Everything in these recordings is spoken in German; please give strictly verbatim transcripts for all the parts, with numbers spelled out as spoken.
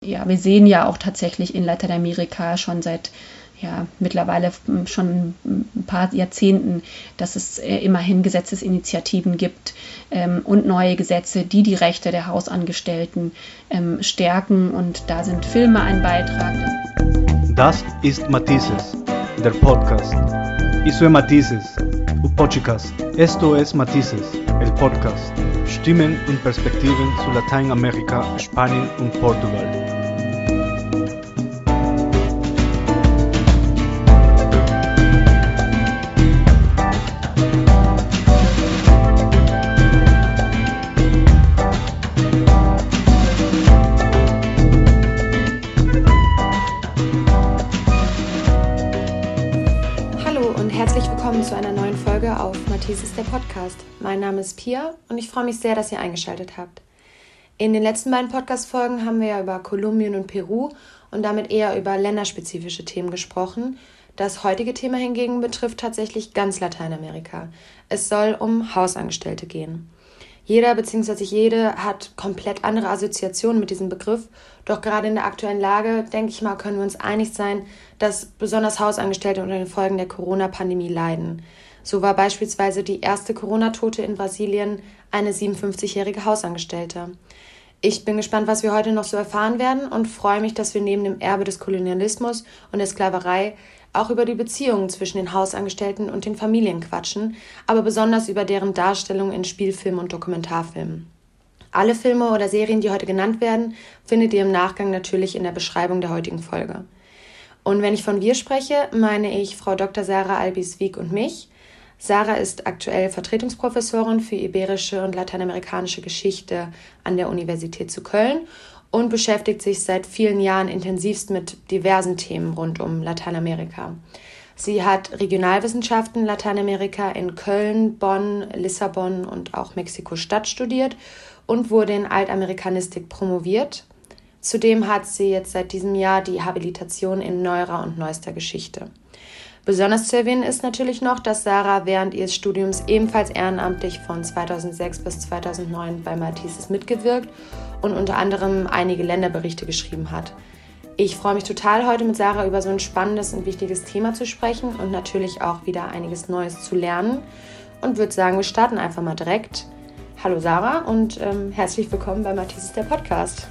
ja, wir sehen ja auch tatsächlich in Lateinamerika schon seit ja, mittlerweile schon ein paar Jahrzehnten, dass es äh, immerhin Gesetzesinitiativen gibt ähm, und neue Gesetze, die die Rechte der Hausangestellten ähm, stärken. Und da sind Filme ein Beitrag. Das ist Matices, der Podcast. Isso é Matices, o podcast. Esto es Matices, el podcast. Stimmen und Perspektiven zu Lateinamerika, Spanien und Portugal. Zu einer neuen Folge auf Matices, der Podcast. Mein Name ist Pia und ich freue mich sehr, dass ihr eingeschaltet habt. In den letzten beiden Podcast-Folgen haben wir ja über Kolumbien und Peru und damit eher über länderspezifische Themen gesprochen. Das heutige Thema hingegen betrifft tatsächlich ganz Lateinamerika. Es soll um Hausangestellte gehen. Jeder bzw. jede hat komplett andere Assoziationen mit diesem Begriff, doch gerade in der aktuellen Lage, denke ich mal, können wir uns einig sein, dass besonders Hausangestellte unter den Folgen der Corona-Pandemie leiden. So war beispielsweise die erste Corona-Tote in Brasilien eine siebenundfünfzigjährige Hausangestellte. Ich bin gespannt, was wir heute noch so erfahren werden und freue mich, dass wir neben dem Erbe des Kolonialismus und der Sklaverei auch über die Beziehungen zwischen den Hausangestellten und den Familien quatschen, aber besonders über deren Darstellung in Spielfilmen und Dokumentarfilmen. Alle Filme oder Serien, die heute genannt werden, findet ihr im Nachgang natürlich in der Beschreibung der heutigen Folge. Und wenn ich von wir spreche, meine ich Frau Doktor Sarah Albis-Wiek und mich. Sarah ist aktuell Vertretungsprofessorin für iberische und lateinamerikanische Geschichte an der Universität zu Köln und beschäftigt sich seit vielen Jahren intensivst mit diversen Themen rund um Lateinamerika. Sie hat Regionalwissenschaften Lateinamerika in Köln, Bonn, Lissabon und auch Mexiko-Stadt studiert und wurde in Altamerikanistik promoviert. Zudem hat sie jetzt seit diesem Jahr die Habilitation in neuerer und neuester Geschichte. Besonders zu erwähnen ist natürlich noch, dass Sarah während ihres Studiums ebenfalls ehrenamtlich von zweitausendsechs bis zweitausendneun bei Matices mitgewirkt und unter anderem einige Länderberichte geschrieben hat. Ich freue mich total, heute mit Sarah über so ein spannendes und wichtiges Thema zu sprechen und natürlich auch wieder einiges Neues zu lernen und würde sagen, wir starten einfach mal direkt. Hallo Sarah und ähm, herzlich willkommen bei Matices, der Podcast.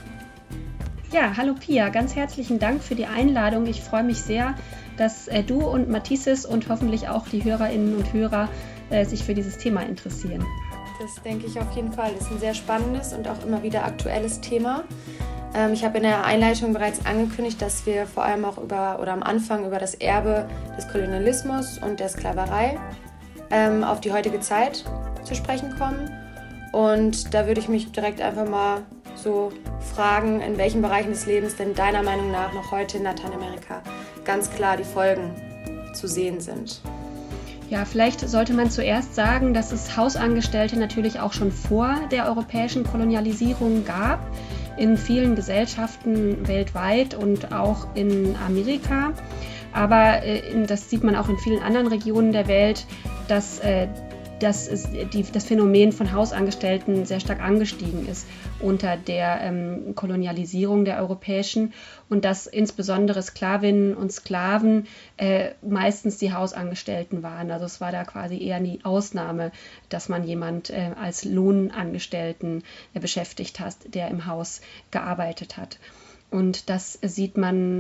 Ja, hallo Pia, ganz herzlichen Dank für die Einladung. Ich freue mich sehr, dass äh, du und Matices und hoffentlich auch die Hörerinnen und Hörer äh, sich für dieses Thema interessieren. Das denke ich auf jeden Fall. Das ist ein sehr spannendes und auch immer wieder aktuelles Thema. Ähm, ich habe in der Einleitung bereits angekündigt, dass wir vor allem auch über oder am Anfang über das Erbe des Kolonialismus und der Sklaverei ähm, auf die heutige Zeit zu sprechen kommen. Und da würde ich mich direkt einfach mal so fragen, in welchen Bereichen des Lebens denn deiner Meinung nach noch heute in Lateinamerika ganz klar die Folgen zu sehen sind. Ja, vielleicht sollte man zuerst sagen, dass es Hausangestellte natürlich auch schon vor der europäischen Kolonialisierung gab, in vielen Gesellschaften weltweit und auch in Amerika. Aber äh, das sieht man auch in vielen anderen Regionen der Welt, dass äh, dass es, die, das Phänomen von Hausangestellten sehr stark angestiegen ist unter der ähm, Kolonialisierung der europäischen und dass insbesondere Sklavinnen und Sklaven äh, meistens die Hausangestellten waren. Also es war da quasi eher die Ausnahme, dass man jemand äh, als Lohnangestellten äh, beschäftigt hat, der im Haus gearbeitet hat. Und das sieht man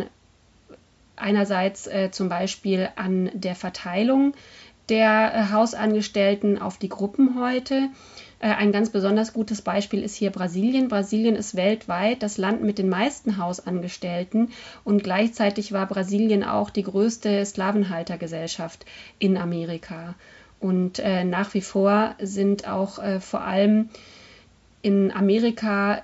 einerseits äh, zum Beispiel an der Verteilung der äh, Hausangestellten auf die Gruppen heute. Äh, ein ganz besonders gutes Beispiel ist hier Brasilien. Brasilien ist weltweit das Land mit den meisten Hausangestellten und gleichzeitig war Brasilien auch die größte Sklavenhaltergesellschaft in Amerika. Und äh, nach wie vor sind auch äh, vor allem in Amerika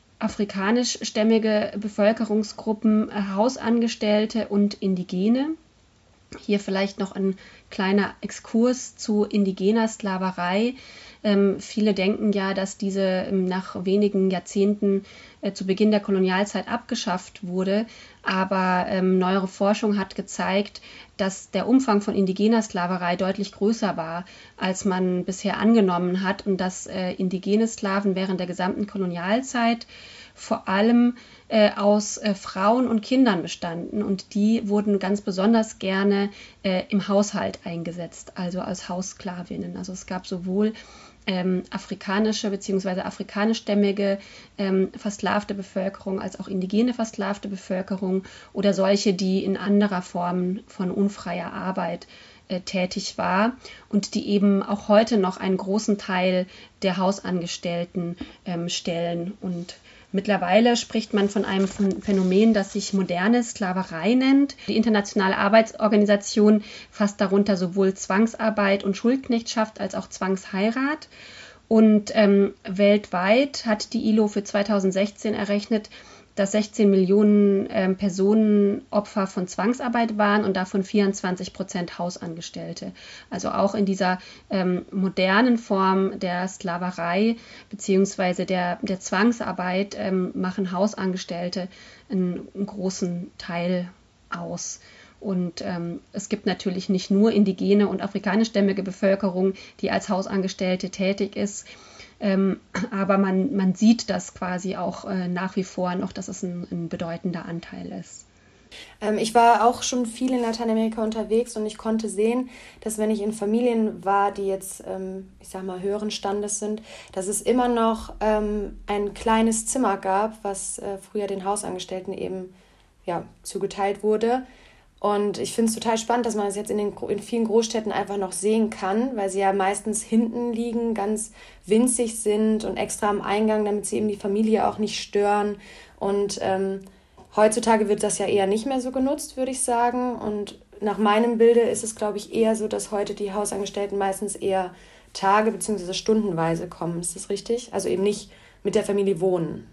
afrikanischstämmige Bevölkerungsgruppen, äh, Hausangestellte und Indigene. Hier vielleicht noch ein kleiner Exkurs zu indigener Sklaverei. Ähm, viele denken ja, dass diese ähm, nach wenigen Jahrzehnten äh, zu Beginn der Kolonialzeit abgeschafft wurde. Aber ähm, neuere Forschung hat gezeigt, dass der Umfang von indigener Sklaverei deutlich größer war, als man bisher angenommen hat und dass äh, indigene Sklaven während der gesamten Kolonialzeit vor allem äh, aus äh, Frauen und Kindern bestanden und die wurden ganz besonders gerne äh, im Haushalt eingesetzt, also als Haussklavinnen. Also es gab sowohl ähm, afrikanische bzw. afrikanischstämmige ähm, versklavte Bevölkerung als auch indigene versklavte Bevölkerung oder solche, die in anderer Form von unfreier Arbeit äh, tätig war und die eben auch heute noch einen großen Teil der Hausangestellten ähm, stellen. Und mittlerweile spricht man von einem Phänomen, das sich moderne Sklaverei nennt. Die Internationale Arbeitsorganisation fasst darunter sowohl Zwangsarbeit und Schuldknechtschaft als auch Zwangsheirat. Und ähm, weltweit hat die I L O für zweitausendsechzehn errechnet, dass sechzehn Millionen ähm, Personen Opfer von Zwangsarbeit waren und davon vierundzwanzig Prozent Hausangestellte. Also auch in dieser ähm, modernen Form der Sklaverei bzw. der, der Zwangsarbeit ähm, machen Hausangestellte einen, einen großen Teil aus. Und ähm, es gibt natürlich nicht nur indigene und afrikanischstämmige Bevölkerung, die als Hausangestellte tätig ist, ähm, aber man, man sieht das quasi auch äh, nach wie vor noch, dass es ein, ein bedeutender Anteil ist. Ähm, ich war auch schon viel in Lateinamerika unterwegs und ich konnte sehen, dass wenn ich in Familien war, die jetzt, ähm, ich sag mal, höheren Standes sind, dass es immer noch ähm, ein kleines Zimmer gab, was äh, früher den Hausangestellten eben ja, zugeteilt wurde. Und ich finde es total spannend, dass man das jetzt in, den, in vielen Großstädten einfach noch sehen kann, weil sie ja meistens hinten liegen, ganz winzig sind und extra am Eingang, damit sie eben die Familie auch nicht stören. Und ähm, heutzutage wird das ja eher nicht mehr so genutzt, würde ich sagen. Und nach meinem Bilde ist es, glaube ich, eher so, dass heute die Hausangestellten meistens eher Tage- bzw. stundenweise kommen. Ist das richtig? Also eben nicht mit der Familie wohnen.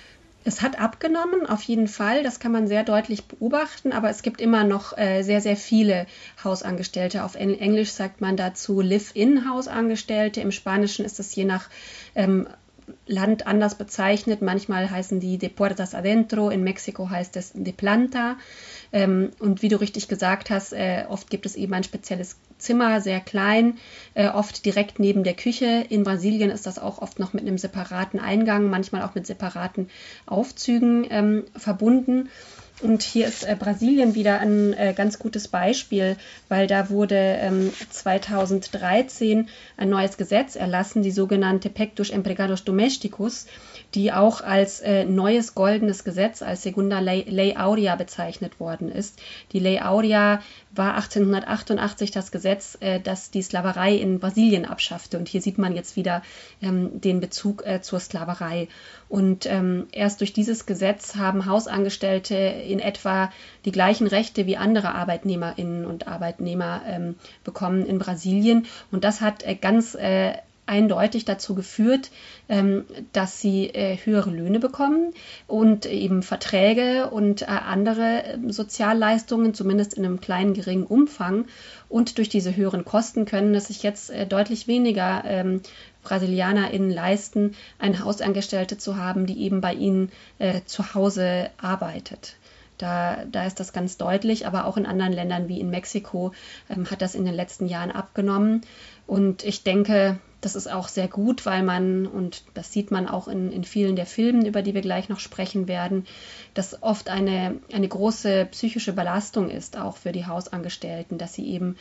Es hat abgenommen, auf jeden Fall, das kann man sehr deutlich beobachten, aber es gibt immer noch äh, sehr, sehr viele Hausangestellte. Auf Englisch sagt man dazu Live-in-Hausangestellte, im Spanischen ist das je nach ähm, Land anders bezeichnet. Manchmal heißen die de puertas adentro, in Mexiko heißt es de planta. Ähm, und wie du richtig gesagt hast, äh, oft gibt es eben ein spezielles Zimmer, sehr klein, äh, oft direkt neben der Küche. In Brasilien ist das auch oft noch mit einem separaten Eingang, manchmal auch mit separaten Aufzügen ähm, verbunden. Und hier ist äh, Brasilien wieder ein äh, ganz gutes Beispiel, weil da wurde ähm, zweitausenddreizehn ein neues Gesetz erlassen, die sogenannte Pacto dos Empregados Domésticos, die auch als äh, neues goldenes Gesetz, als Segunda Ley, Ley Aurea bezeichnet worden ist. Die Ley Aurea war achtzehnhundertachtundachtzig das Gesetz, äh, das die Sklaverei in Brasilien abschaffte. Und hier sieht man jetzt wieder ähm, den Bezug äh, zur Sklaverei. Und ähm, erst durch dieses Gesetz haben Hausangestellte in etwa die gleichen Rechte wie andere Arbeitnehmerinnen und Arbeitnehmer ähm, bekommen in Brasilien. Und das hat äh, ganz äh, eindeutig dazu geführt, ähm, dass sie äh, höhere Löhne bekommen und eben Verträge und äh, andere äh, Sozialleistungen, zumindest in einem kleinen, geringen Umfang. Und durch diese höheren Kosten können es sich jetzt äh, deutlich weniger ähm, BrasilianerInnen leisten, eine Hausangestellte zu haben, die eben bei ihnen äh, zu Hause arbeitet. Da, da ist das ganz deutlich, aber auch in anderen Ländern wie in Mexiko ähm, hat das in den letzten Jahren abgenommen. Und ich denke, das ist auch sehr gut, weil man, und das sieht man auch in, in vielen der Filmen, über die wir gleich noch sprechen werden, dass oft eine, eine große psychische Belastung ist, auch für die Hausangestellten, dass sie eben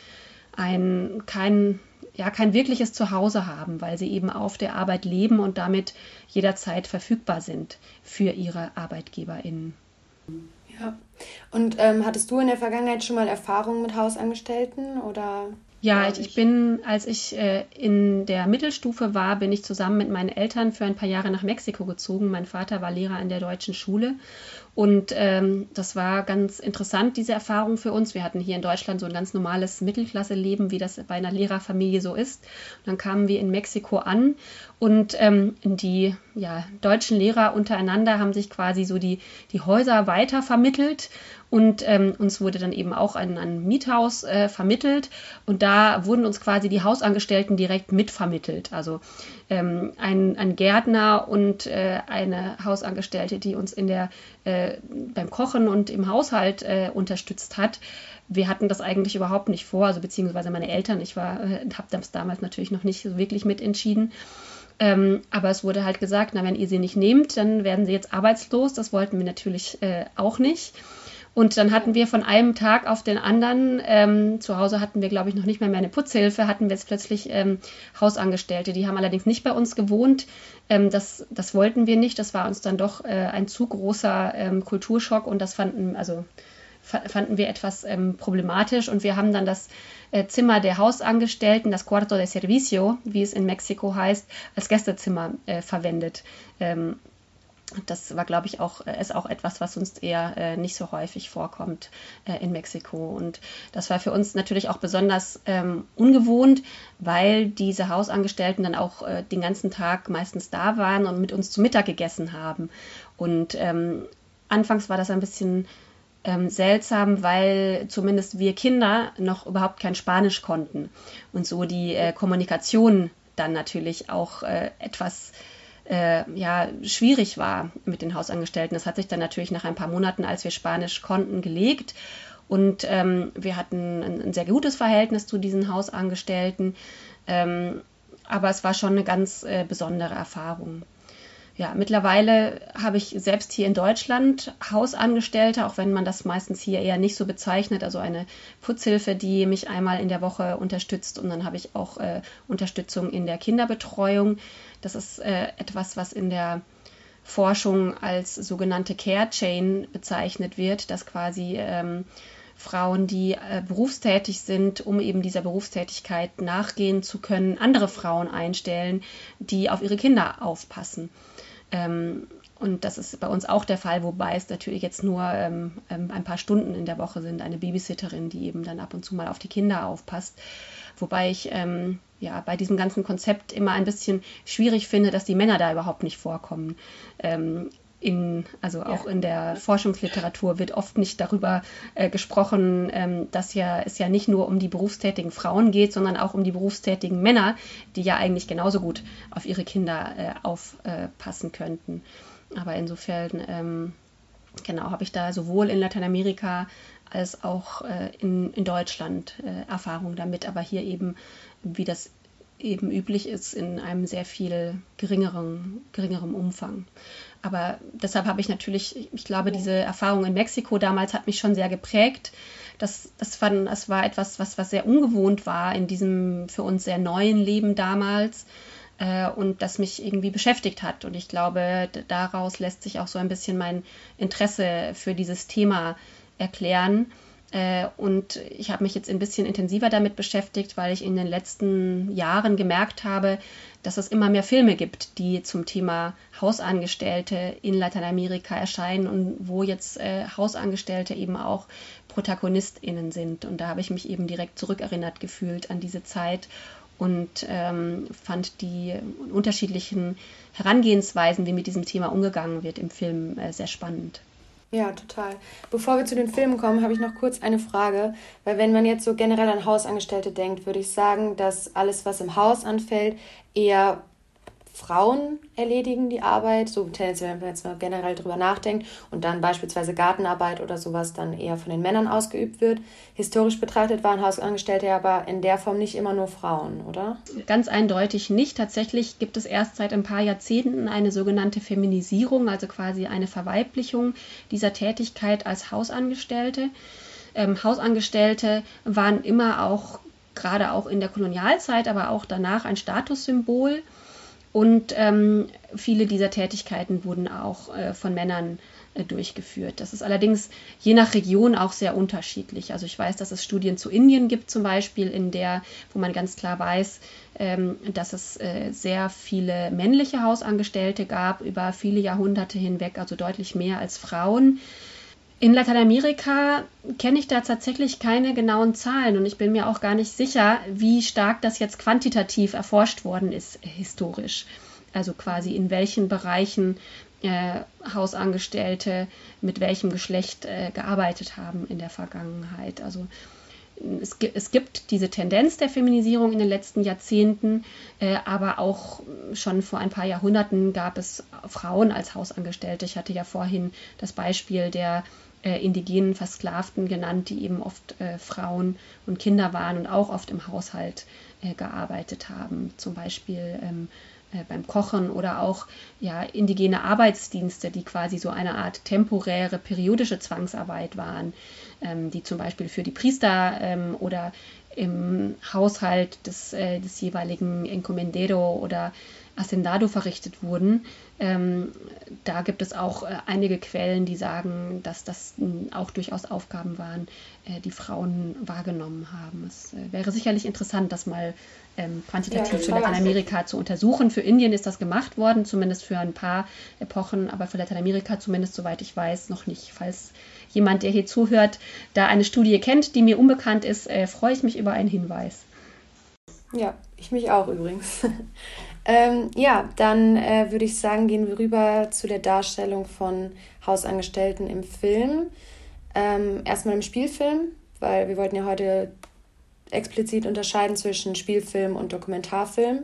ein, kein, ja, kein wirkliches Zuhause haben, weil sie eben auf der Arbeit leben und damit jederzeit verfügbar sind für ihre ArbeitgeberInnen. Ja. Und ähm, hattest du in der Vergangenheit schon mal Erfahrungen mit Hausangestellten oder? Ja, ich bin, als ich äh, in der Mittelstufe war, bin ich zusammen mit meinen Eltern für ein paar Jahre nach Mexiko gezogen. Mein Vater war Lehrer an der deutschen Schule und ähm, das war ganz interessant, diese Erfahrung für uns. Wir hatten hier in Deutschland so ein ganz normales Mittelklasse-Leben, wie das bei einer Lehrerfamilie so ist. Und dann kamen wir in Mexiko an und ähm, die ja, deutschen Lehrer untereinander haben sich quasi so die, die Häuser weiter vermittelt. Und ähm, uns wurde dann eben auch ein, ein Miethaus äh, vermittelt und da wurden uns quasi die Hausangestellten direkt mitvermittelt. Also ähm, ein, ein Gärtner und äh, eine Hausangestellte, die uns in der, äh, beim Kochen und im Haushalt äh, unterstützt hat. Wir hatten das eigentlich überhaupt nicht vor, also beziehungsweise meine Eltern. Ich war, äh, habe das damals natürlich noch nicht so wirklich mitentschieden. Ähm, aber es wurde halt gesagt, na, wenn ihr sie nicht nehmt, dann werden sie jetzt arbeitslos. Das wollten wir natürlich äh, auch nicht. Und dann hatten wir von einem Tag auf den anderen, ähm, zu Hause hatten wir, glaube ich, noch nicht mal mehr eine Putzhilfe, hatten wir jetzt plötzlich ähm, Hausangestellte. Die haben allerdings nicht bei uns gewohnt. Ähm, das, das wollten wir nicht. Das war uns dann doch äh, ein zu großer ähm, Kulturschock und das fanden, also, f- fanden wir etwas ähm, problematisch. Und wir haben dann das äh, Zimmer der Hausangestellten, das Cuarto de Servicio, wie es in Mexiko heißt, als Gästezimmer äh, verwendet. Ähm, Das war, glaube ich, auch, ist auch etwas, was sonst eher äh, nicht so häufig vorkommt äh, in Mexiko. Und das war für uns natürlich auch besonders ähm, ungewohnt, weil diese Hausangestellten dann auch äh, den ganzen Tag meistens da waren und mit uns zu Mittag gegessen haben. Und ähm, anfangs war das ein bisschen ähm, seltsam, weil zumindest wir Kinder noch überhaupt kein Spanisch konnten. Und so die äh, Kommunikation dann natürlich auch äh, etwas Äh, ja, schwierig war mit den Hausangestellten. Das hat sich dann natürlich nach ein paar Monaten, als wir Spanisch konnten, gelegt. Und ähm, wir hatten ein, ein sehr gutes Verhältnis zu diesen Hausangestellten. Ähm, aber es war schon eine ganz äh, besondere Erfahrung. Ja, mittlerweile habe ich selbst hier in Deutschland Hausangestellte, auch wenn man das meistens hier eher nicht so bezeichnet, also eine Putzhilfe, die mich einmal in der Woche unterstützt und dann habe ich auch äh, Unterstützung in der Kinderbetreuung. Das ist äh, etwas, was in der Forschung als sogenannte Care Chain bezeichnet wird, dass quasi ähm, Frauen, die äh, berufstätig sind, um eben dieser Berufstätigkeit nachgehen zu können, andere Frauen einstellen, die auf ihre Kinder aufpassen. Ähm, und das ist bei uns auch der Fall, wobei es natürlich jetzt nur ähm, ein paar Stunden in der Woche sind, eine Babysitterin, die eben dann ab und zu mal auf die Kinder aufpasst. Wobei ich ähm, ja, bei diesem ganzen Konzept immer ein bisschen schwierig finde, dass die Männer da überhaupt nicht vorkommen. Ähm, in, also auch ja. In der Forschungsliteratur wird oft nicht darüber äh, gesprochen, ähm, dass ja, es ja nicht nur um die berufstätigen Frauen geht, sondern auch um die berufstätigen Männer, die ja eigentlich genauso gut auf ihre Kinder äh, aufpassen äh, könnten. Aber insofern, ähm, genau, habe ich da sowohl in Lateinamerika als auch äh, in, in Deutschland äh, Erfahrung damit, aber hier eben, wie das eben üblich ist, in einem sehr viel geringeren, geringerem Umfang. Aber deshalb habe ich natürlich, ich glaube, diese Erfahrung in Mexiko damals hat mich schon sehr geprägt. Das, das, fand, das war etwas, was, was sehr ungewohnt war in diesem für uns sehr neuen Leben damals äh, und das mich irgendwie beschäftigt hat. Und ich glaube, d- daraus lässt sich auch so ein bisschen mein Interesse für dieses Thema erklären. Äh, und ich habe mich jetzt ein bisschen intensiver damit beschäftigt, weil ich in den letzten Jahren gemerkt habe, dass es immer mehr Filme gibt, die zum Thema Hausangestellte in Lateinamerika erscheinen und wo jetzt äh, Hausangestellte eben auch ProtagonistInnen sind. Und da habe ich mich eben direkt zurückerinnert gefühlt an diese Zeit und ähm, fand die unterschiedlichen Herangehensweisen, wie mit diesem Thema umgegangen wird im Film, äh, sehr spannend. Ja, total. Bevor wir zu den Filmen kommen, habe ich noch kurz eine Frage, weil wenn man jetzt so generell an Hausangestellte denkt, würde ich sagen, dass alles, was im Haus anfällt, eher Frauen erledigen die Arbeit, so tendenziell, wenn man jetzt mal generell drüber nachdenkt und dann beispielsweise Gartenarbeit oder sowas dann eher von den Männern ausgeübt wird. Historisch betrachtet waren Hausangestellte aber in der Form nicht immer nur Frauen, oder? Ganz eindeutig nicht. Tatsächlich gibt es erst seit ein paar Jahrzehnten eine sogenannte Feminisierung, also quasi eine Verweiblichung dieser Tätigkeit als Hausangestellte. Ähm, Hausangestellte waren immer auch, gerade auch in der Kolonialzeit, aber auch danach ein Statussymbol. Und ähm, viele dieser Tätigkeiten wurden auch äh, von Männern äh, durchgeführt. Das ist allerdings je nach Region auch sehr unterschiedlich. Also ich weiß, dass es Studien zu Indien gibt zum Beispiel, in der, wo man ganz klar weiß, ähm, dass es äh, sehr viele männliche Hausangestellte gab über viele Jahrhunderte hinweg, also deutlich mehr als Frauen. In Lateinamerika kenne ich da tatsächlich keine genauen Zahlen und ich bin mir auch gar nicht sicher, wie stark das jetzt quantitativ erforscht worden ist historisch. Also quasi in welchen Bereichen äh, Hausangestellte mit welchem Geschlecht äh, gearbeitet haben in der Vergangenheit. Also es, es gibt diese Tendenz der Feminisierung in den letzten Jahrzehnten, äh, aber auch schon vor ein paar Jahrhunderten gab es Frauen als Hausangestellte. Ich hatte ja vorhin das Beispiel der äh, indigenen Versklavten genannt, die eben oft äh, Frauen und Kinder waren und auch oft im Haushalt äh, gearbeitet haben. Zum Beispiel ähm, äh, beim Kochen oder auch ja, indigene Arbeitsdienste, die quasi so eine Art temporäre, periodische Zwangsarbeit waren, ähm, die zum Beispiel für die Priester ähm, oder im Haushalt des, äh, des jeweiligen Encomendero oder Hacendado verrichtet wurden. Ähm, da gibt es auch äh, einige Quellen, die sagen, dass das äh, auch durchaus Aufgaben waren, äh, die Frauen wahrgenommen haben. Es äh, wäre sicherlich interessant, das mal ähm, quantitativ ja, für Lateinamerika zu untersuchen. Für Indien ist das gemacht worden, zumindest für ein paar Epochen, aber für Lateinamerika zumindest, soweit ich weiß, noch nicht. Falls jemand, der hier zuhört, da eine Studie kennt, die mir unbekannt ist, äh, freue ich mich über einen Hinweis. Ja, ich mich auch übrigens. ähm, ja, dann äh, würde ich sagen, gehen wir rüber zu der Darstellung von Hausangestellten im Film. Ähm, erstmal im Spielfilm, weil wir wollten ja heute explizit unterscheiden zwischen Spielfilm und Dokumentarfilm.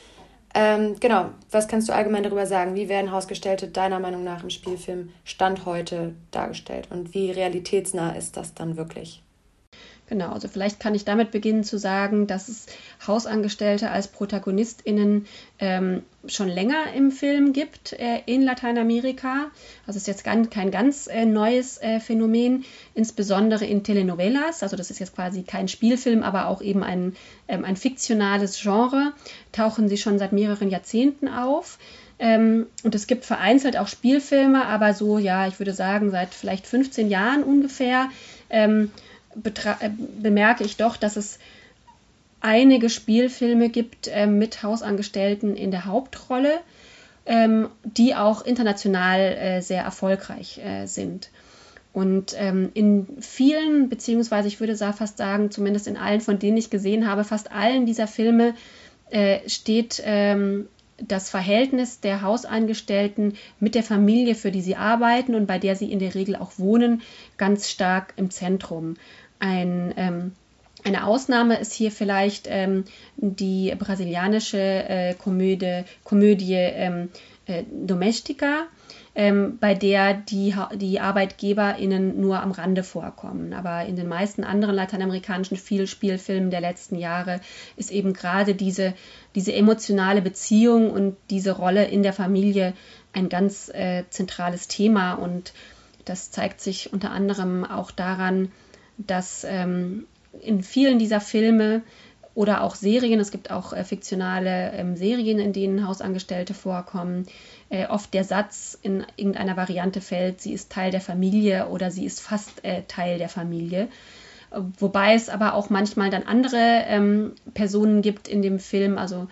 Ähm, genau, was kannst du allgemein darüber sagen? Wie werden Hausgestellte deiner Meinung nach im Spielfilm Stand heute dargestellt und wie realitätsnah ist das dann wirklich? Genau, also vielleicht kann ich damit beginnen zu sagen, dass es Hausangestellte als ProtagonistInnen ähm, schon länger im Film gibt äh, in Lateinamerika. Also es ist jetzt ganz, kein ganz äh, neues äh, Phänomen, insbesondere in Telenovelas. Also das ist jetzt quasi kein Spielfilm, aber auch eben ein, ähm, ein fiktionales Genre. Tauchen sie schon seit mehreren Jahrzehnten auf. Ähm, und es gibt vereinzelt auch Spielfilme, aber so, ja, ich würde sagen, seit vielleicht fünfzehn Jahren ungefähr ähm, Betra- bemerke ich doch, dass es einige Spielfilme gibt äh, mit Hausangestellten in der Hauptrolle, ähm, die auch international äh, sehr erfolgreich äh, sind. Und ähm, in vielen, beziehungsweise ich würde fast sagen, zumindest in allen, von denen ich gesehen habe, fast allen dieser Filme äh, steht ähm, das Verhältnis der Hausangestellten mit der Familie, für die sie arbeiten und bei der sie in der Regel auch wohnen, ganz stark im Zentrum. Ein, ähm, eine Ausnahme ist hier vielleicht ähm, die brasilianische äh, Komödie, Komödie ähm, äh, Domestica, ähm, bei der die, die ArbeitgeberInnen nur am Rande vorkommen. Aber in den meisten anderen lateinamerikanischen Spielfilmen der letzten Jahre ist eben gerade diese, diese emotionale Beziehung und diese Rolle in der Familie ein ganz äh, zentrales Thema. Und das zeigt sich unter anderem auch daran, dass ähm, in vielen dieser Filme oder auch Serien, es gibt auch äh, fiktionale ähm, Serien, in denen Hausangestellte vorkommen, äh, oft der Satz in irgendeiner Variante fällt, sie ist Teil der Familie oder sie ist fast äh, Teil der Familie. Wobei es aber auch manchmal dann andere ähm, Personen gibt in dem Film, also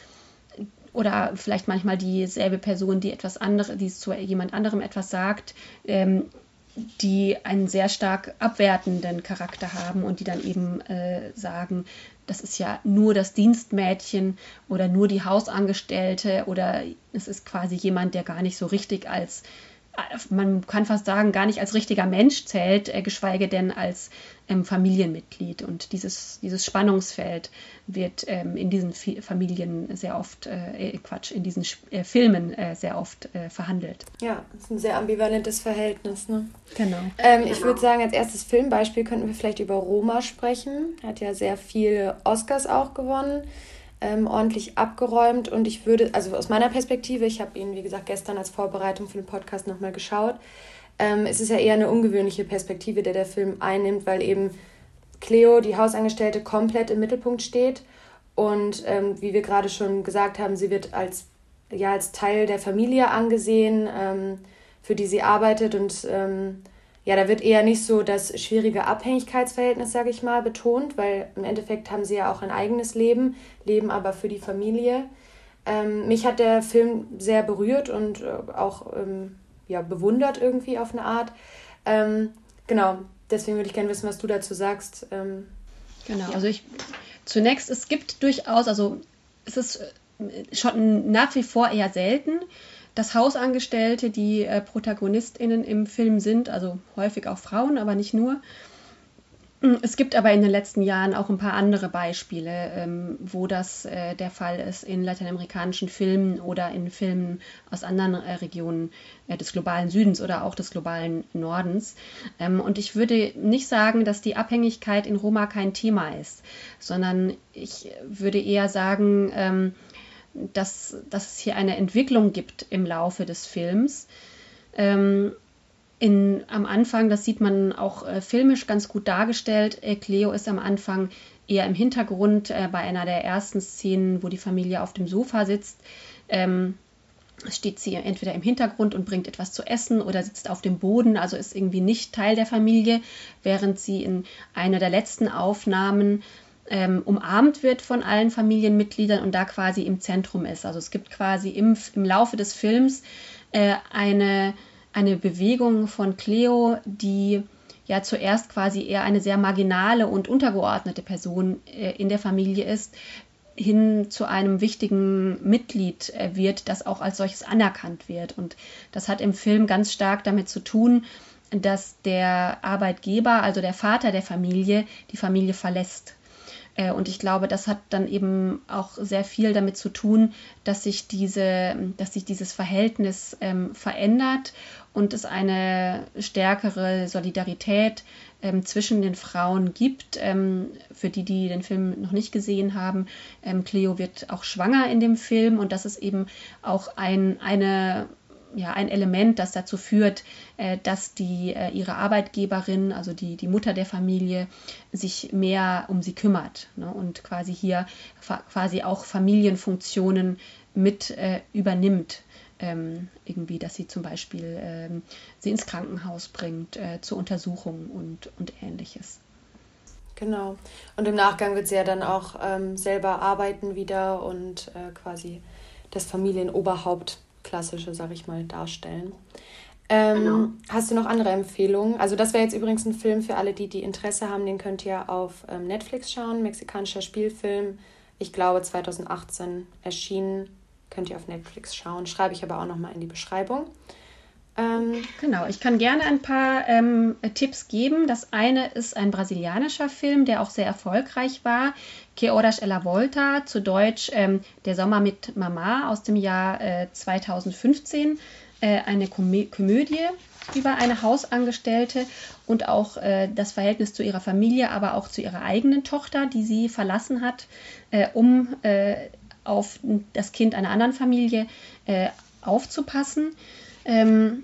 oder vielleicht manchmal dieselbe Person, die etwas anderes, die zu jemand anderem etwas sagt, ähm, die einen sehr stark abwertenden Charakter haben und die dann eben äh, sagen, das ist ja nur das Dienstmädchen oder nur die Hausangestellte oder es ist quasi jemand, der gar nicht so richtig als, man kann fast sagen, gar nicht als richtiger Mensch zählt, äh, geschweige denn als ähm, Familienmitglied. Und dieses, dieses Spannungsfeld wird ähm, in diesen Fi- Familien sehr oft, äh, Quatsch, in diesen äh, Filmen äh, sehr oft äh, verhandelt. Ja, das ist ein sehr ambivalentes Verhältnis, ne? Genau. Ähm, ich würde sagen, als erstes Filmbeispiel könnten wir vielleicht über Roma sprechen. Er hat ja sehr viele Oscars auch gewonnen. Ähm, ordentlich abgeräumt und ich würde, also aus meiner Perspektive, ich habe ihn, wie gesagt, gestern als Vorbereitung für den Podcast nochmal geschaut, ähm, es ist ja eher eine ungewöhnliche Perspektive, der der Film einnimmt, weil eben Cleo, die Hausangestellte, komplett im Mittelpunkt steht und ähm, wie wir gerade schon gesagt haben, sie wird als, ja, als Teil der Familie angesehen, ähm, für die sie arbeitet und ähm, ja, da wird eher nicht so das schwierige Abhängigkeitsverhältnis, sage ich mal, betont, weil im Endeffekt haben sie ja auch ein eigenes Leben, leben aber für die Familie. Ähm, mich hat der Film sehr berührt und äh, auch ähm, ja, bewundert irgendwie auf eine Art. Ähm, genau, deswegen würde ich gerne wissen, was du dazu sagst. Ähm, genau, ja. also ich zunächst, es gibt durchaus, also es ist schon nach wie vor eher selten, dass Hausangestellte, die äh, ProtagonistInnen im Film sind, also häufig auch Frauen, aber nicht nur. Es gibt aber in den letzten Jahren auch ein paar andere Beispiele, ähm, wo das äh, der Fall ist in lateinamerikanischen Filmen oder in Filmen aus anderen äh, Regionen äh, des globalen Südens oder auch des globalen Nordens. Ähm, und ich würde nicht sagen, dass die Abhängigkeit in Roma kein Thema ist, sondern ich würde eher sagen, ähm, dass, dass es hier eine Entwicklung gibt im Laufe des Films. Ähm, in, am Anfang, das sieht man auch äh, filmisch ganz gut dargestellt, äh, Cleo ist am Anfang eher im Hintergrund, äh, bei einer der ersten Szenen, wo die Familie auf dem Sofa sitzt, ähm, steht sie entweder im Hintergrund und bringt etwas zu essen oder sitzt auf dem Boden, also ist irgendwie nicht Teil der Familie, während sie in einer der letzten Aufnahmen ähm, umarmt wird von allen Familienmitgliedern und da quasi im Zentrum ist. Also es gibt quasi im, im Laufe des Films äh, eine, eine Bewegung von Cleo, die ja zuerst quasi eher eine sehr marginale und untergeordnete Person äh, in der Familie ist, hin zu einem wichtigen Mitglied äh, wird, das auch als solches anerkannt wird. Und das hat im Film ganz stark damit zu tun, dass der Arbeitgeber, also der Vater der Familie, die Familie verlässt. Äh, und ich glaube, das hat dann eben auch sehr viel damit zu tun, dass sich, diese, dass sich dieses Verhältnis ähm, verändert und es eine stärkere Solidarität ähm, zwischen den Frauen gibt. Ähm, für die, die den Film noch nicht gesehen haben, ähm, Cleo wird auch schwanger in dem Film und das ist eben auch ein, eine, ja, ein Element, das dazu führt, äh, dass die, äh, ihre Arbeitgeberin, also die, die Mutter der Familie, sich mehr um sie kümmert, ne, und quasi hier fa- quasi auch Familienfunktionen mit äh, übernimmt. Ähm, irgendwie, dass sie zum Beispiel ähm, sie ins Krankenhaus bringt, äh, zur Untersuchung und, und Ähnliches. Genau. Und im Nachgang wird sie ja dann auch ähm, selber arbeiten wieder und äh, quasi das Familienoberhaupt, klassische, sag ich mal, darstellen. Ähm, genau. Hast du noch andere Empfehlungen? Also das wäre jetzt übrigens ein Film für alle, die, die Interesse haben, den könnt ihr auf ähm, Netflix schauen, mexikanischer Spielfilm, ich glaube zwanzig achtzehn erschienen. Könnt ihr auf Netflix schauen. Schreibe ich aber auch nochmal in die Beschreibung. Ähm, genau, ich kann gerne ein paar ähm, Tipps geben. Das eine ist ein brasilianischer Film, der auch sehr erfolgreich war. Que Horas Ela Volta, zu Deutsch ähm, Der Sommer mit Mama aus dem Jahr äh, zweitausendfünfzehn. Äh, eine Komö- Komödie über eine Hausangestellte und auch äh, das Verhältnis zu ihrer Familie, aber auch zu ihrer eigenen Tochter, die sie verlassen hat, äh, um äh, auf das Kind einer anderen Familie äh, aufzupassen. Ähm,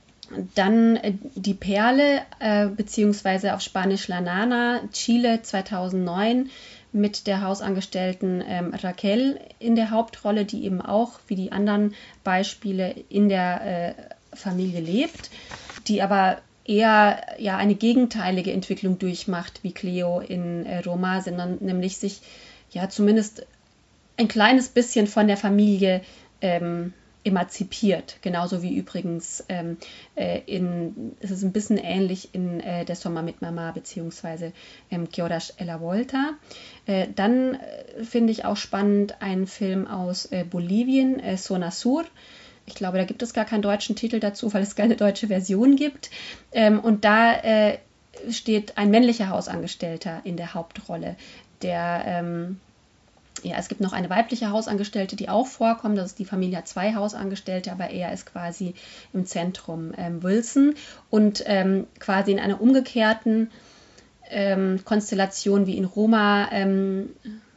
dann äh, Die Perle, äh, beziehungsweise auf Spanisch La Nana, Chile zweitausendneun, mit der Hausangestellten ähm, Raquel in der Hauptrolle, die eben auch, wie die anderen Beispiele, in der äh, Familie lebt, die aber eher ja, eine gegenteilige Entwicklung durchmacht wie Cleo in äh, Roma, sondern nämlich sich ja zumindest ein kleines bisschen von der Familie ähm, emanzipiert. Genauso wie übrigens ähm, äh, in, es ist ein bisschen ähnlich in äh, Der Sommer mit Mama beziehungsweise ähm, Que Horas Ela Volta. Äh, dann äh, finde ich auch spannend einen Film aus äh, Bolivien, äh, Zona Sur. Ich glaube, da gibt es gar keinen deutschen Titel dazu, weil es keine deutsche Version gibt. Ähm, und da äh, steht ein männlicher Hausangestellter in der Hauptrolle, der ähm, Ja, es gibt noch eine weibliche Hausangestellte, die auch vorkommt. Das ist die Familie hat zwei Hausangestellte, aber er ist quasi im Zentrum, ähm, Wilson. Und ähm, quasi in einer umgekehrten ähm, Konstellation wie in Roma, ähm,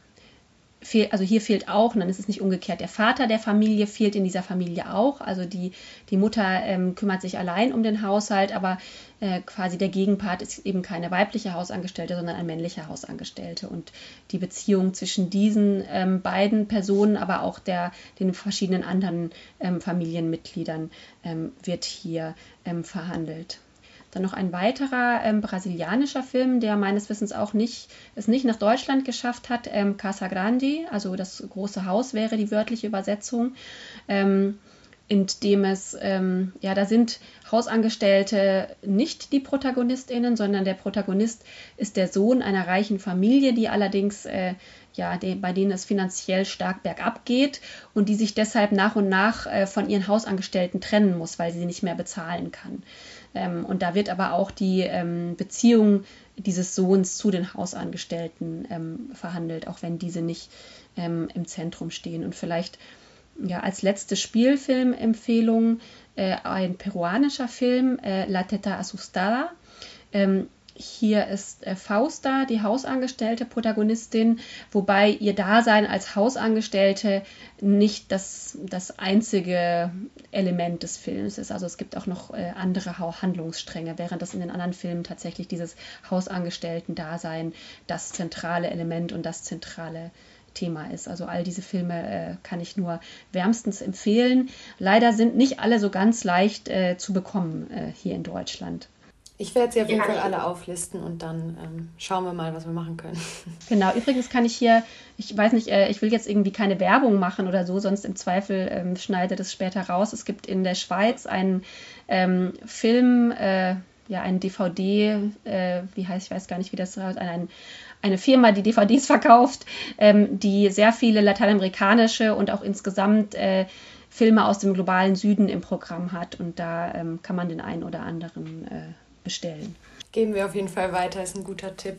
fehl, also hier fehlt auch, und dann ist es nicht umgekehrt, der Vater der Familie fehlt in dieser Familie auch. Also die, die Mutter ähm, kümmert sich allein um den Haushalt, aber äh, quasi der Gegenpart ist eben keine weibliche Hausangestellte, sondern ein männlicher Hausangestellte. Und die Beziehung zwischen diesen ähm, beiden Personen, aber auch der, den verschiedenen anderen ähm, Familienmitgliedern ähm, wird hier ähm, verhandelt. Dann noch ein weiterer ähm, brasilianischer Film, der meines Wissens auch nicht, es nicht nach Deutschland geschafft hat, ähm, Casa Grande, also das große Haus wäre die wörtliche Übersetzung, ähm, in dem es, ähm, ja, da sind Hausangestellte nicht die ProtagonistInnen, sondern der Protagonist ist der Sohn einer reichen Familie, die allerdings, äh, ja, die, bei denen es finanziell stark bergab geht und die sich deshalb nach und nach äh, von ihren Hausangestellten trennen muss, weil sie sie nicht mehr bezahlen kann. Ähm, und da wird aber auch die ähm, Beziehung dieses Sohns zu den Hausangestellten ähm, verhandelt, auch wenn diese nicht ähm, im Zentrum stehen. Und vielleicht ja, als letzte Spielfilmempfehlung äh, ein peruanischer Film, äh, La Teta Asustada. Ähm, hier ist äh, Fausta, die hausangestellte Protagonistin, wobei ihr Dasein als Hausangestellte nicht das, das einzige Element des Films ist. Also es gibt auch noch äh, andere Handlungsstränge, während das in den anderen Filmen tatsächlich dieses Hausangestellten-Dasein das zentrale Element und das zentrale Thema ist. Also all diese Filme äh, kann ich nur wärmstens empfehlen. Leider sind nicht alle so ganz leicht äh, zu bekommen äh, hier in Deutschland. Ich werde sie auf jeden Fall alle auflisten und dann ähm, schauen wir mal, was wir machen können. Genau, übrigens kann ich hier, ich weiß nicht, äh, ich will jetzt irgendwie keine Werbung machen oder so, sonst im Zweifel ähm, schneide das später raus. Es gibt in der Schweiz einen ähm, Film, äh, ja, einen D V D, äh, wie heißt, ich weiß gar nicht, wie das heißt, ein, eine Firma, die D V Ds verkauft, ähm, die sehr viele lateinamerikanische und auch insgesamt äh, Filme aus dem globalen Süden im Programm hat. Und da ähm, kann man den einen oder anderen äh, bestellen. Geben wir auf jeden Fall weiter, ist ein guter Tipp.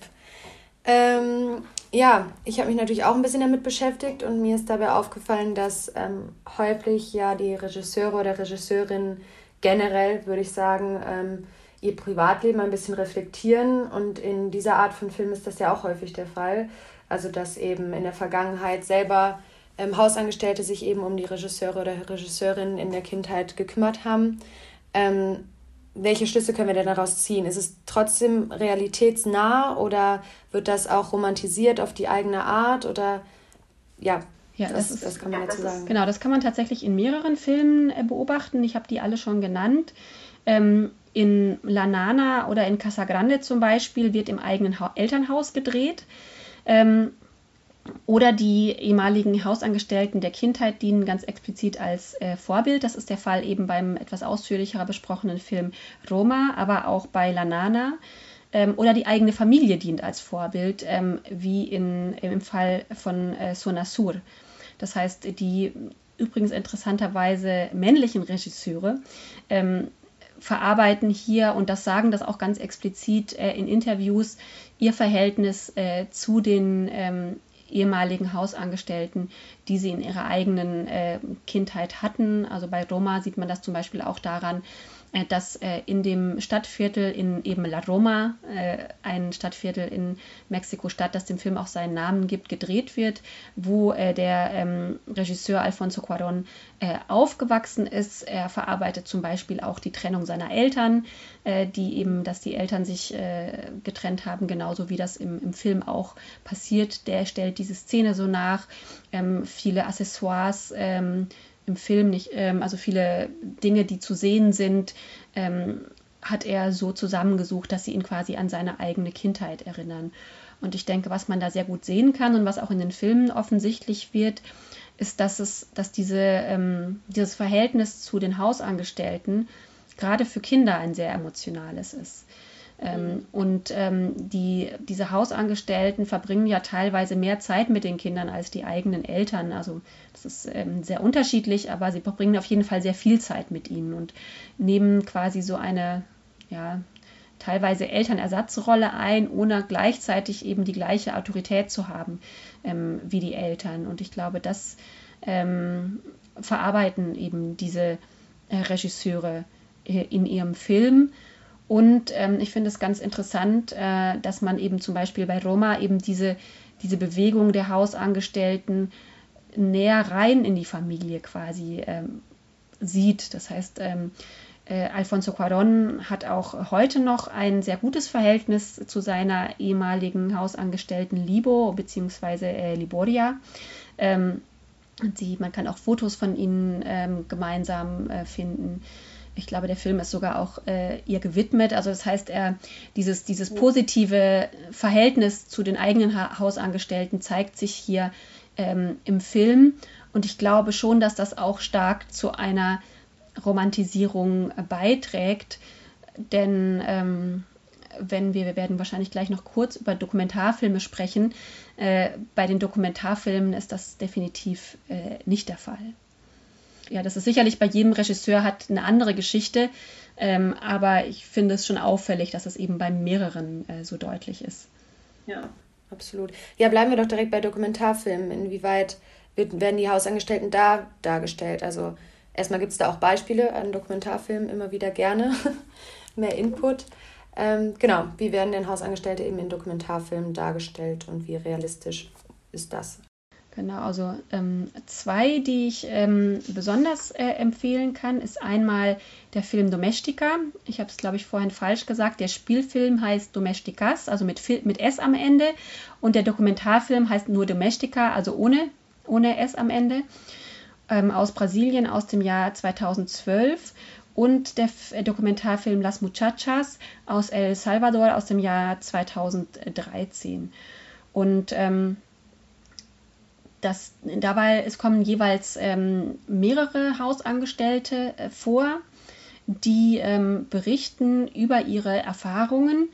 Ähm, ja, ich habe mich natürlich auch ein bisschen damit beschäftigt und mir ist dabei aufgefallen, dass ähm, häufig ja die Regisseure oder Regisseurinnen generell, würde ich sagen, ähm, ihr Privatleben ein bisschen reflektieren, und in dieser Art von Film ist das ja auch häufig der Fall. Also dass eben in der Vergangenheit selber ähm, Hausangestellte sich eben um die Regisseure oder Regisseurinnen in der Kindheit gekümmert haben. Ähm, welche Schlüsse können wir denn daraus ziehen? Ist es trotzdem realitätsnah oder wird das auch romantisiert auf die eigene Art? Oder ja, ja das, das, ist, das kann man ja, dazu sagen. Genau, das kann man tatsächlich in mehreren Filmen äh, beobachten. Ich habe die alle schon genannt. Ähm, in La Nana oder in Casagrande zum Beispiel wird im eigenen ha- Elternhaus gedreht. Ähm, Oder die ehemaligen Hausangestellten der Kindheit dienen ganz explizit als äh, Vorbild. Das ist der Fall eben beim etwas ausführlicher besprochenen Film Roma, aber auch bei La Nana. Ähm, oder die eigene Familie dient als Vorbild, ähm, wie in, im Fall von äh, Zona Sur. Das heißt, die übrigens interessanterweise männlichen Regisseure ähm, verarbeiten hier, und das sagen das auch ganz explizit äh, in Interviews, ihr Verhältnis äh, zu den ähm, ehemaligen Hausangestellten, die sie in ihrer eigenen äh, Kindheit hatten. Also bei Roma sieht man das zum Beispiel auch daran, äh, dass äh, in dem Stadtviertel, in eben La Roma, äh, ein Stadtviertel in Mexiko-Stadt, das dem Film auch seinen Namen gibt, gedreht wird, wo äh, der ähm, Regisseur Alfonso Cuarón äh, aufgewachsen ist. Er verarbeitet zum Beispiel auch die Trennung seiner Eltern, äh, die eben, dass die Eltern sich äh, getrennt haben, genauso wie das im, im Film auch passiert. Der stellt diese Szene so nach. Ähm, viele Accessoires ähm, im Film, nicht, ähm, also viele Dinge, die zu sehen sind, ähm, hat er so zusammengesucht, dass sie ihn quasi an seine eigene Kindheit erinnern. Und ich denke, was man da sehr gut sehen kann und was auch in den Filmen offensichtlich wird, ist, dass es, dass diese, ähm, dieses Verhältnis zu den Hausangestellten gerade für Kinder ein sehr emotionales ist. Ähm, und ähm, die, diese Hausangestellten verbringen ja teilweise mehr Zeit mit den Kindern als die eigenen Eltern. Also das ist ähm, sehr unterschiedlich, aber sie verbringen auf jeden Fall sehr viel Zeit mit ihnen und nehmen quasi so eine, ja, teilweise Elternersatzrolle ein, ohne gleichzeitig eben die gleiche Autorität zu haben ähm, wie die Eltern. Und ich glaube, das ähm, verarbeiten eben diese äh, Regisseure äh, in ihrem Film. Und ähm, ich finde es ganz interessant, äh, dass man eben zum Beispiel bei Roma eben diese, diese Bewegung der Hausangestellten näher rein in die Familie quasi ähm, sieht. Das heißt, ähm, äh, Alfonso Cuarón hat auch heute noch ein sehr gutes Verhältnis zu seiner ehemaligen Hausangestellten Libo bzw. Äh, Liboria. Ähm, sie, man kann auch Fotos von ihnen ähm, gemeinsam äh, finden. Ich glaube, der Film ist sogar auch äh, ihr gewidmet. Also das heißt, er dieses, dieses positive Verhältnis zu den eigenen ha- Hausangestellten zeigt sich hier ähm, im Film. Und ich glaube schon, dass das auch stark zu einer Romantisierung äh, beiträgt. Denn ähm, wenn wir, wir werden wahrscheinlich gleich noch kurz über Dokumentarfilme sprechen, äh, bei den Dokumentarfilmen ist das definitiv äh, nicht der Fall. Ja, das ist sicherlich bei jedem Regisseur hat eine andere Geschichte, ähm, aber ich finde es schon auffällig, dass es eben bei mehreren äh, so deutlich ist. Ja, absolut. Ja, bleiben wir doch direkt bei Dokumentarfilmen. Inwieweit wird, werden die Hausangestellten da dargestellt? Also erstmal gibt es da auch Beispiele an Dokumentarfilmen, immer wieder gerne, mehr Input. Ähm, genau, wie werden denn Hausangestellte eben in Dokumentarfilmen dargestellt und wie realistisch ist das? Genau, also ähm, zwei, die ich ähm, besonders äh, empfehlen kann, ist einmal der Film Domestika. Ich habe es, glaube ich, vorhin falsch gesagt. Der Spielfilm heißt Domestikas, also mit, mit S am Ende. Und der Dokumentarfilm heißt nur Domestika, also ohne, ohne S am Ende, ähm, aus Brasilien aus dem Jahr zweitausendzwölf. Und der F- Dokumentarfilm Las Muchachas aus El Salvador aus dem Jahr zweitausenddreizehn. Und ähm, Das, dabei es kommen jeweils ähm, mehrere Hausangestellte äh, vor, die ähm, berichten über ihre Erfahrungen.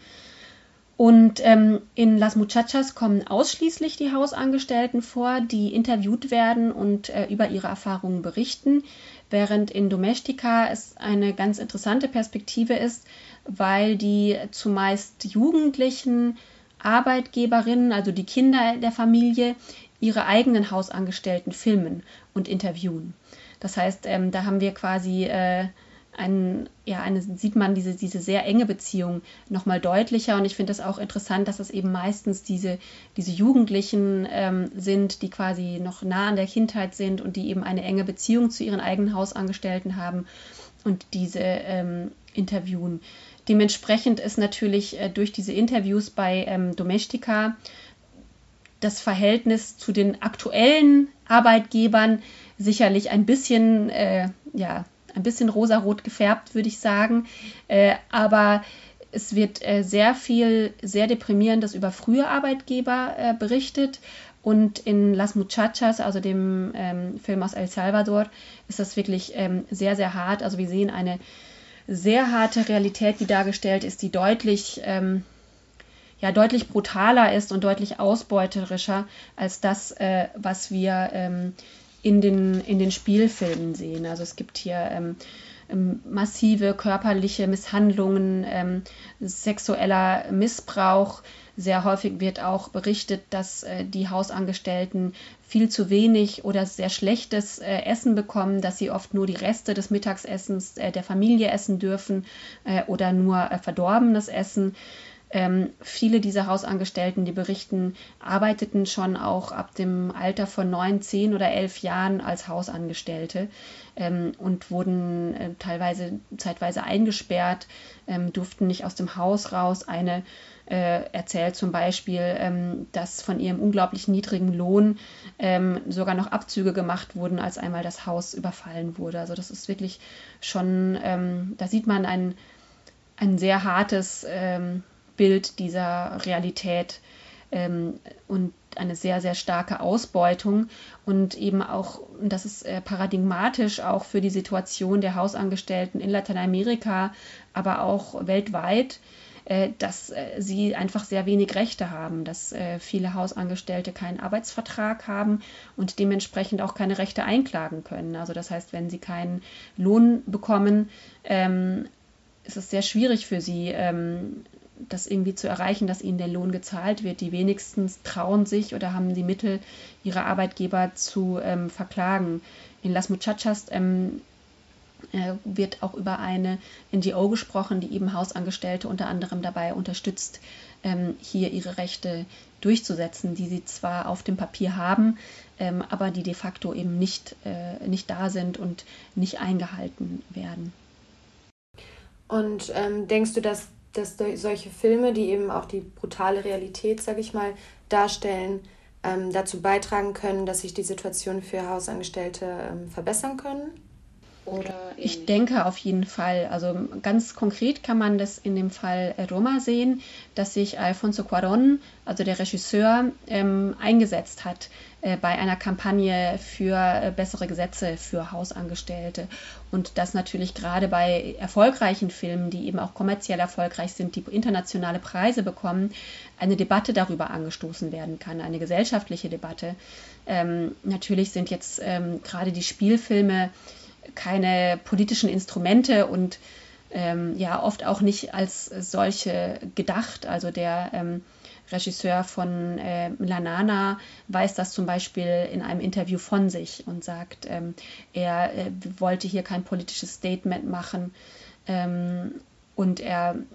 Und ähm, in Las Muchachas kommen ausschließlich die Hausangestellten vor, die interviewt werden und äh, über ihre Erfahrungen berichten, während in Domestika es eine ganz interessante Perspektive ist, weil die zumeist jugendlichen Arbeitgeberinnen, also die Kinder der Familie, ihre eigenen Hausangestellten filmen und interviewen. Das heißt, ähm, da haben wir quasi äh, ein, ja, eine, sieht man diese, diese sehr enge Beziehung nochmal deutlicher. Und ich finde es auch interessant, dass es eben meistens diese, diese Jugendlichen ähm, sind, die quasi noch nah an der Kindheit sind und die eben eine enge Beziehung zu ihren eigenen Hausangestellten haben und diese ähm, interviewen. Dementsprechend ist natürlich äh, durch diese Interviews bei ähm, Domestika das Verhältnis zu den aktuellen Arbeitgebern sicherlich ein bisschen, äh, ja, ein bisschen rosarot gefärbt, würde ich sagen. Äh, aber es wird äh, sehr viel, sehr deprimierendes über frühe Arbeitgeber äh, berichtet. Und in Las Muchachas, also dem ähm, Film aus El Salvador, ist das wirklich ähm, sehr, sehr hart. Also wir sehen eine sehr harte Realität, die dargestellt ist, die deutlich ähm, ja deutlich brutaler ist und deutlich ausbeuterischer als das, äh, was wir ähm, in, den, in den Spielfilmen sehen. Also es gibt hier ähm, ähm, massive körperliche Misshandlungen, ähm, sexueller Missbrauch. Sehr häufig wird auch berichtet, dass äh, die Hausangestellten viel zu wenig oder sehr schlechtes äh, Essen bekommen, dass sie oft nur die Reste des Mittagsessens äh, der Familie essen dürfen äh, oder nur äh, verdorbenes Essen. Ähm, viele dieser Hausangestellten, die berichten, arbeiteten schon auch ab dem Alter von neun, zehn oder elf Jahren als Hausangestellte ähm, und wurden äh, teilweise zeitweise eingesperrt, ähm, durften nicht aus dem Haus raus. Eine äh, erzählt zum Beispiel, ähm, dass von ihrem unglaublich niedrigen Lohn ähm, sogar noch Abzüge gemacht wurden, als einmal das Haus überfallen wurde. Also das ist wirklich schon, ähm, da sieht man ein, ein sehr hartes ähm, Bild dieser Realität ähm, und eine sehr, sehr starke Ausbeutung und eben auch, und das ist äh, paradigmatisch auch für die Situation der Hausangestellten in Lateinamerika, aber auch weltweit, äh, dass äh, sie einfach sehr wenig Rechte haben, dass äh, viele Hausangestellte keinen Arbeitsvertrag haben und dementsprechend auch keine Rechte einklagen können. Also das heißt, wenn sie keinen Lohn bekommen, ähm, ist es sehr schwierig für sie, ähm, das irgendwie zu erreichen, dass ihnen der Lohn gezahlt wird. Die wenigsten trauen sich oder haben die Mittel, ihre Arbeitgeber zu ähm, verklagen. In Las Muchachas ähm, äh, wird auch über eine N G O gesprochen, die eben Hausangestellte unter anderem dabei unterstützt, ähm, hier ihre Rechte durchzusetzen, die sie zwar auf dem Papier haben, ähm, aber die de facto eben nicht, äh, nicht da sind und nicht eingehalten werden. Und ähm, denkst du, dass dass solche Filme, die eben auch die brutale Realität, sage ich mal, darstellen, ähm, dazu beitragen können, dass sich die Situation für Hausangestellte ähm, verbessern können? Oder ich denke auf jeden Fall. Also ganz konkret kann man das in dem Fall Roma sehen, dass sich Alfonso Cuarón, also der Regisseur, ähm, eingesetzt hat äh, bei einer Kampagne für äh, bessere Gesetze für Hausangestellte. Und das natürlich gerade bei erfolgreichen Filmen, die eben auch kommerziell erfolgreich sind, die internationale Preise bekommen, eine Debatte darüber angestoßen werden kann, eine gesellschaftliche Debatte. Ähm, natürlich sind jetzt ähm, gerade die Spielfilme keine politischen Instrumente und ähm, ja oft auch nicht als solche gedacht. Also der ähm, Regisseur von äh, La Nana weiß das zum Beispiel in einem Interview von sich und sagt, ähm, er äh, wollte hier kein politisches Statement machen ähm, und er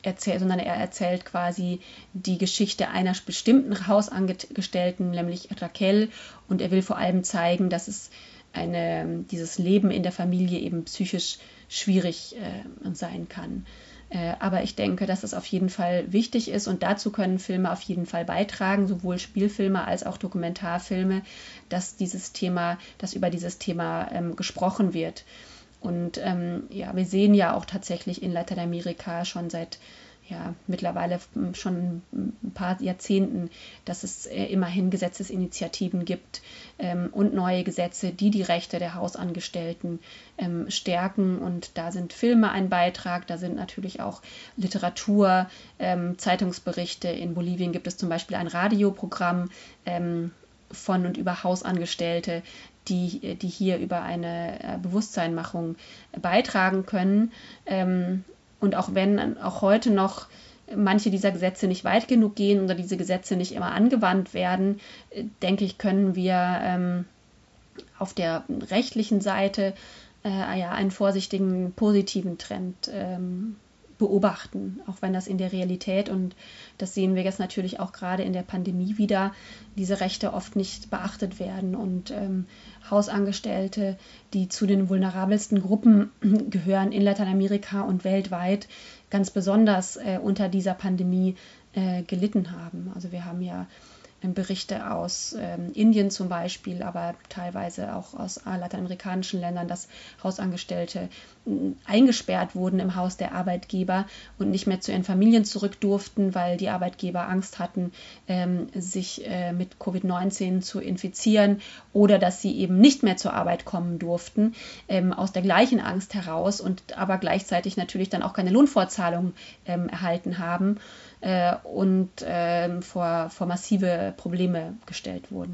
erzählt, sondern er erzählt quasi die Geschichte einer bestimmten Hausangestellten, nämlich Raquel, und er will vor allem zeigen, dass es eine, dieses Leben in der Familie eben psychisch schwierig äh, sein kann. Äh, aber ich denke, dass es auf jeden Fall wichtig ist und dazu können Filme auf jeden Fall beitragen, sowohl Spielfilme als auch Dokumentarfilme, dass dieses Thema, dass über dieses Thema ähm, gesprochen wird. Und ähm, ja, wir sehen ja auch tatsächlich in Lateinamerika schon seit ja, mittlerweile schon ein paar Jahrzehnten, dass es äh, immerhin Gesetzesinitiativen gibt ähm, und neue Gesetze, die die Rechte der Hausangestellten ähm, stärken. Und da sind Filme ein Beitrag, da sind natürlich auch Literatur, ähm, Zeitungsberichte. In Bolivien gibt es zum Beispiel ein Radioprogramm ähm, von und über Hausangestellte, die, die hier über eine äh, Bewusstseinmachung beitragen können. Ähm, Und auch wenn auch heute noch manche dieser Gesetze nicht weit genug gehen oder diese Gesetze nicht immer angewandt werden, denke ich, können wir ähm, auf der rechtlichen Seite äh, ja, einen vorsichtigen, positiven Trend ähm, beobachten, auch wenn das in der Realität, und das sehen wir jetzt natürlich auch gerade in der Pandemie wieder, diese Rechte oft nicht beachtet werden und ähm, Hausangestellte, die zu den vulnerabelsten Gruppen gehören in Lateinamerika und weltweit, ganz besonders äh, unter dieser Pandemie äh, gelitten haben. Also wir haben ja Berichte aus ähm, Indien zum Beispiel, aber teilweise auch aus äh, lateinamerikanischen Ländern, dass Hausangestellte äh, eingesperrt wurden im Haus der Arbeitgeber und nicht mehr zu ihren Familien zurück durften, weil die Arbeitgeber Angst hatten, ähm, sich äh, mit Covid neunzehn zu infizieren oder dass sie eben nicht mehr zur Arbeit kommen durften, ähm, aus der gleichen Angst heraus und aber gleichzeitig natürlich dann auch keine Lohnfortzahlung ähm, erhalten haben und ähm, vor, vor massive Probleme gestellt wurden.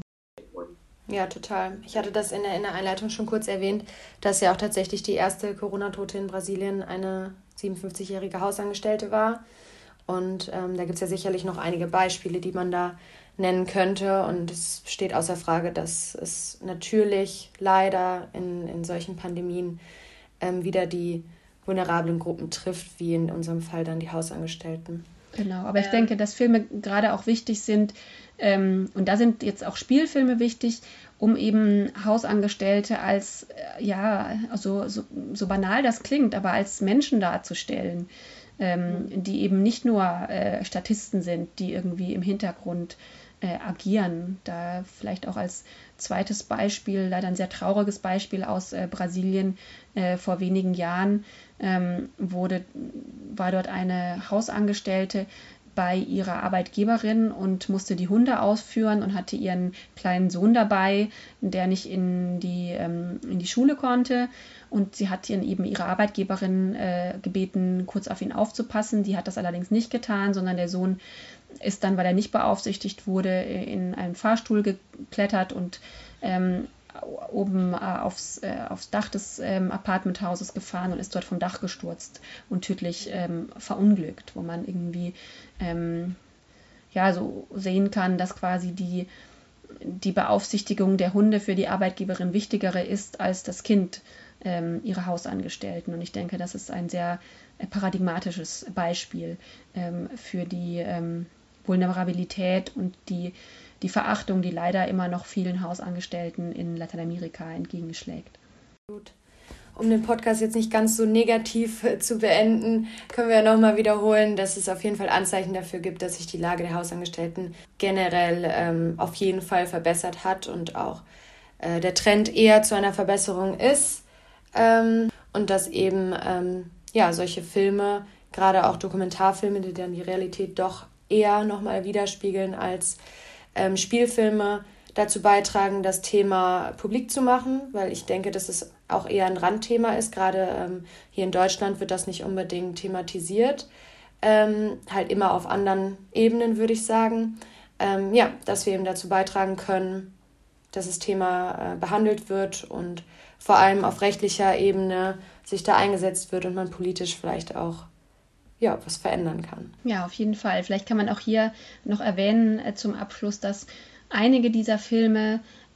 Ja, total. Ich hatte das in der, in der Einleitung schon kurz erwähnt, dass ja auch tatsächlich die erste Corona-Tote in Brasilien eine siebenundfünfzigjährige Hausangestellte war. Und ähm, da gibt es ja sicherlich noch einige Beispiele, die man da nennen könnte. Und es steht außer Frage, dass es natürlich leider in, in solchen Pandemien ähm, wieder die vulnerablen Gruppen trifft, wie in unserem Fall dann die Hausangestellten. Genau, aber ich denke, dass Filme gerade auch wichtig sind, ähm, und da sind jetzt auch Spielfilme wichtig, um eben Hausangestellte als, äh, ja, also so, so banal das klingt, aber als Menschen darzustellen, ähm, mhm. die eben nicht nur äh, Statisten sind, die irgendwie im Hintergrund äh, agieren. Da vielleicht auch als zweites Beispiel, leider ein sehr trauriges Beispiel aus äh, Brasilien äh, vor wenigen Jahren, ähm, wurde, war dort eine Hausangestellte bei ihrer Arbeitgeberin und musste die Hunde ausführen und hatte ihren kleinen Sohn dabei, der nicht in die, ähm, in die Schule konnte. Und sie hat ihren, eben ihre Arbeitgeberin äh, gebeten, kurz auf ihn aufzupassen. Die hat das allerdings nicht getan, sondern der Sohn ist dann, weil er nicht beaufsichtigt wurde, in einen Fahrstuhl geklettert und ähm, oben äh, aufs, äh, aufs Dach des ähm, Apartmenthauses gefahren und ist dort vom Dach gestürzt und tödlich ähm, verunglückt, wo man irgendwie ähm, ja, so sehen kann, dass quasi die, die Beaufsichtigung der Hunde für die Arbeitgeberin wichtigere ist als das Kind ähm, ihrer Hausangestellten. Und ich denke, das ist ein sehr äh, paradigmatisches Beispiel ähm, für die ähm, Vulnerabilität und die die Verachtung, die leider immer noch vielen Hausangestellten in Lateinamerika entgegenschlägt. Gut. Um den Podcast jetzt nicht ganz so negativ zu beenden, können wir ja nochmal wiederholen, dass es auf jeden Fall Anzeichen dafür gibt, dass sich die Lage der Hausangestellten generell ähm, auf jeden Fall verbessert hat und auch äh, der Trend eher zu einer Verbesserung ist. Ähm, und dass eben ähm, ja, solche Filme, gerade auch Dokumentarfilme, die dann die Realität doch eher nochmal widerspiegeln als Ähm, Spielfilme dazu beitragen, das Thema publik zu machen, weil ich denke, dass es auch eher ein Randthema ist. Gerade ähm, hier in Deutschland wird das nicht unbedingt thematisiert. Ähm, halt immer auf anderen Ebenen, würde ich sagen. Ähm, ja, dass wir eben dazu beitragen können, dass das Thema äh, behandelt wird und vor allem auf rechtlicher Ebene sich da eingesetzt wird und man politisch vielleicht auch ja, was verändern kann. Ja, auf jeden Fall. Vielleicht kann man auch hier noch erwähnen äh, zum Abschluss, dass einige dieser Filme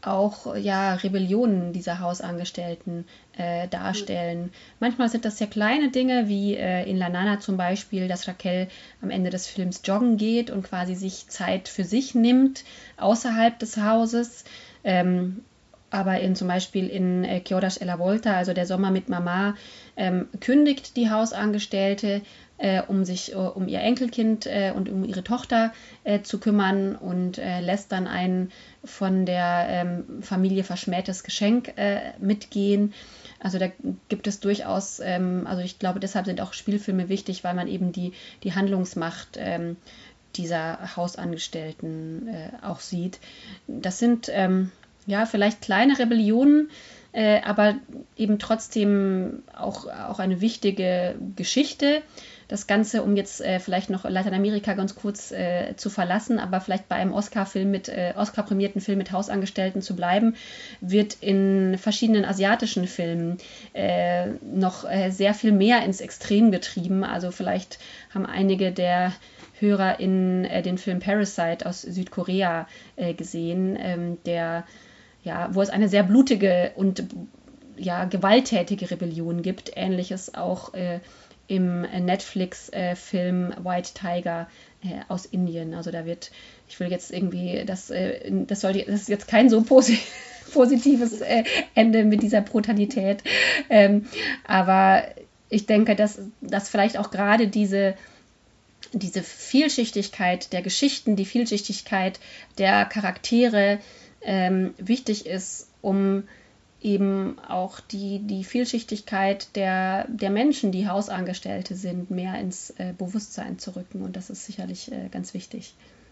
auch ja, Rebellionen dieser Hausangestellten äh, darstellen. Mhm. Manchmal sind das sehr kleine Dinge, wie äh, in La Nana zum Beispiel, dass Raquel am Ende des Films joggen geht und quasi sich Zeit für sich nimmt, außerhalb des Hauses. Ähm, aber in, zum Beispiel in äh, Que horas es la volta, also der Sommer mit Mama, ähm, kündigt die Hausangestellte, Äh, um sich uh, um ihr Enkelkind äh, und um ihre Tochter äh, zu kümmern und äh, lässt dann ein von der ähm, Familie verschmähtes Geschenk äh, mitgehen. Also da gibt es durchaus, ähm, also ich glaube, deshalb sind auch Spielfilme wichtig, weil man eben die, die Handlungsmacht ähm, dieser Hausangestellten äh, auch sieht. Das sind ähm, ja vielleicht kleine Rebellionen, äh, aber eben trotzdem auch, auch eine wichtige Geschichte. Das Ganze, um jetzt äh, vielleicht noch Lateinamerika ganz kurz äh, zu verlassen, aber vielleicht bei einem Oscar-Film mit äh, Oscar-prämierten Film mit Hausangestellten zu bleiben, wird in verschiedenen asiatischen Filmen äh, noch äh, sehr viel mehr ins Extrem getrieben. Also vielleicht haben einige der Hörer in äh, den Film Parasite aus Südkorea äh, gesehen, ähm, der ja, wo es eine sehr blutige und ja, gewalttätige Rebellion gibt. Ähnliches auch äh, im Netflix-Film äh, White Tiger äh, aus Indien. Also da wird, ich will jetzt irgendwie, das, äh, das, soll, das ist jetzt kein so posi- positives äh, Ende mit dieser Brutalität. Ähm, aber ich denke, dass, dass vielleicht auch gerade diese, diese Vielschichtigkeit der Geschichten, die Vielschichtigkeit der Charaktere ähm, wichtig ist, um eben auch die, die Vielschichtigkeit der, der Menschen, die Hausangestellte sind, mehr ins äh, Bewusstsein zu rücken. Und das ist sicherlich äh, ganz wichtig.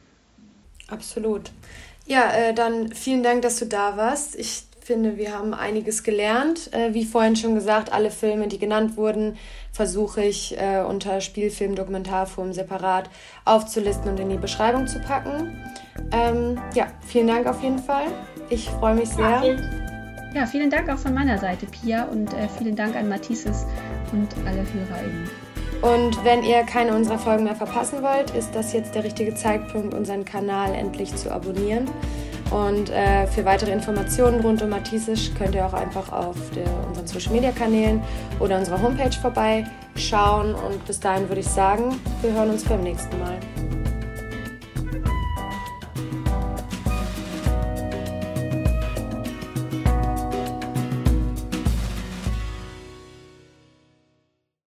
Absolut. Ja, äh, dann vielen Dank, dass du da warst. Ich finde, wir haben einiges gelernt. Äh, wie vorhin schon gesagt, alle Filme, die genannt wurden, versuche ich äh, unter Spielfilm, Dokumentarfilm separat aufzulisten und in die Beschreibung zu packen. Ähm, ja, vielen Dank auf jeden Fall. Ich freue mich sehr. Ja, Ja, vielen Dank auch von meiner Seite, Pia, und äh, vielen Dank an Matthias und alle HörerInnen. Und wenn ihr keine unserer Folgen mehr verpassen wollt, ist das jetzt der richtige Zeitpunkt, unseren Kanal endlich zu abonnieren. Und äh, für weitere Informationen rund um Matthias könnt ihr auch einfach auf der, unseren Social-Media-Kanälen oder unserer Homepage vorbeischauen. Und bis dahin würde ich sagen, wir hören uns beim nächsten Mal.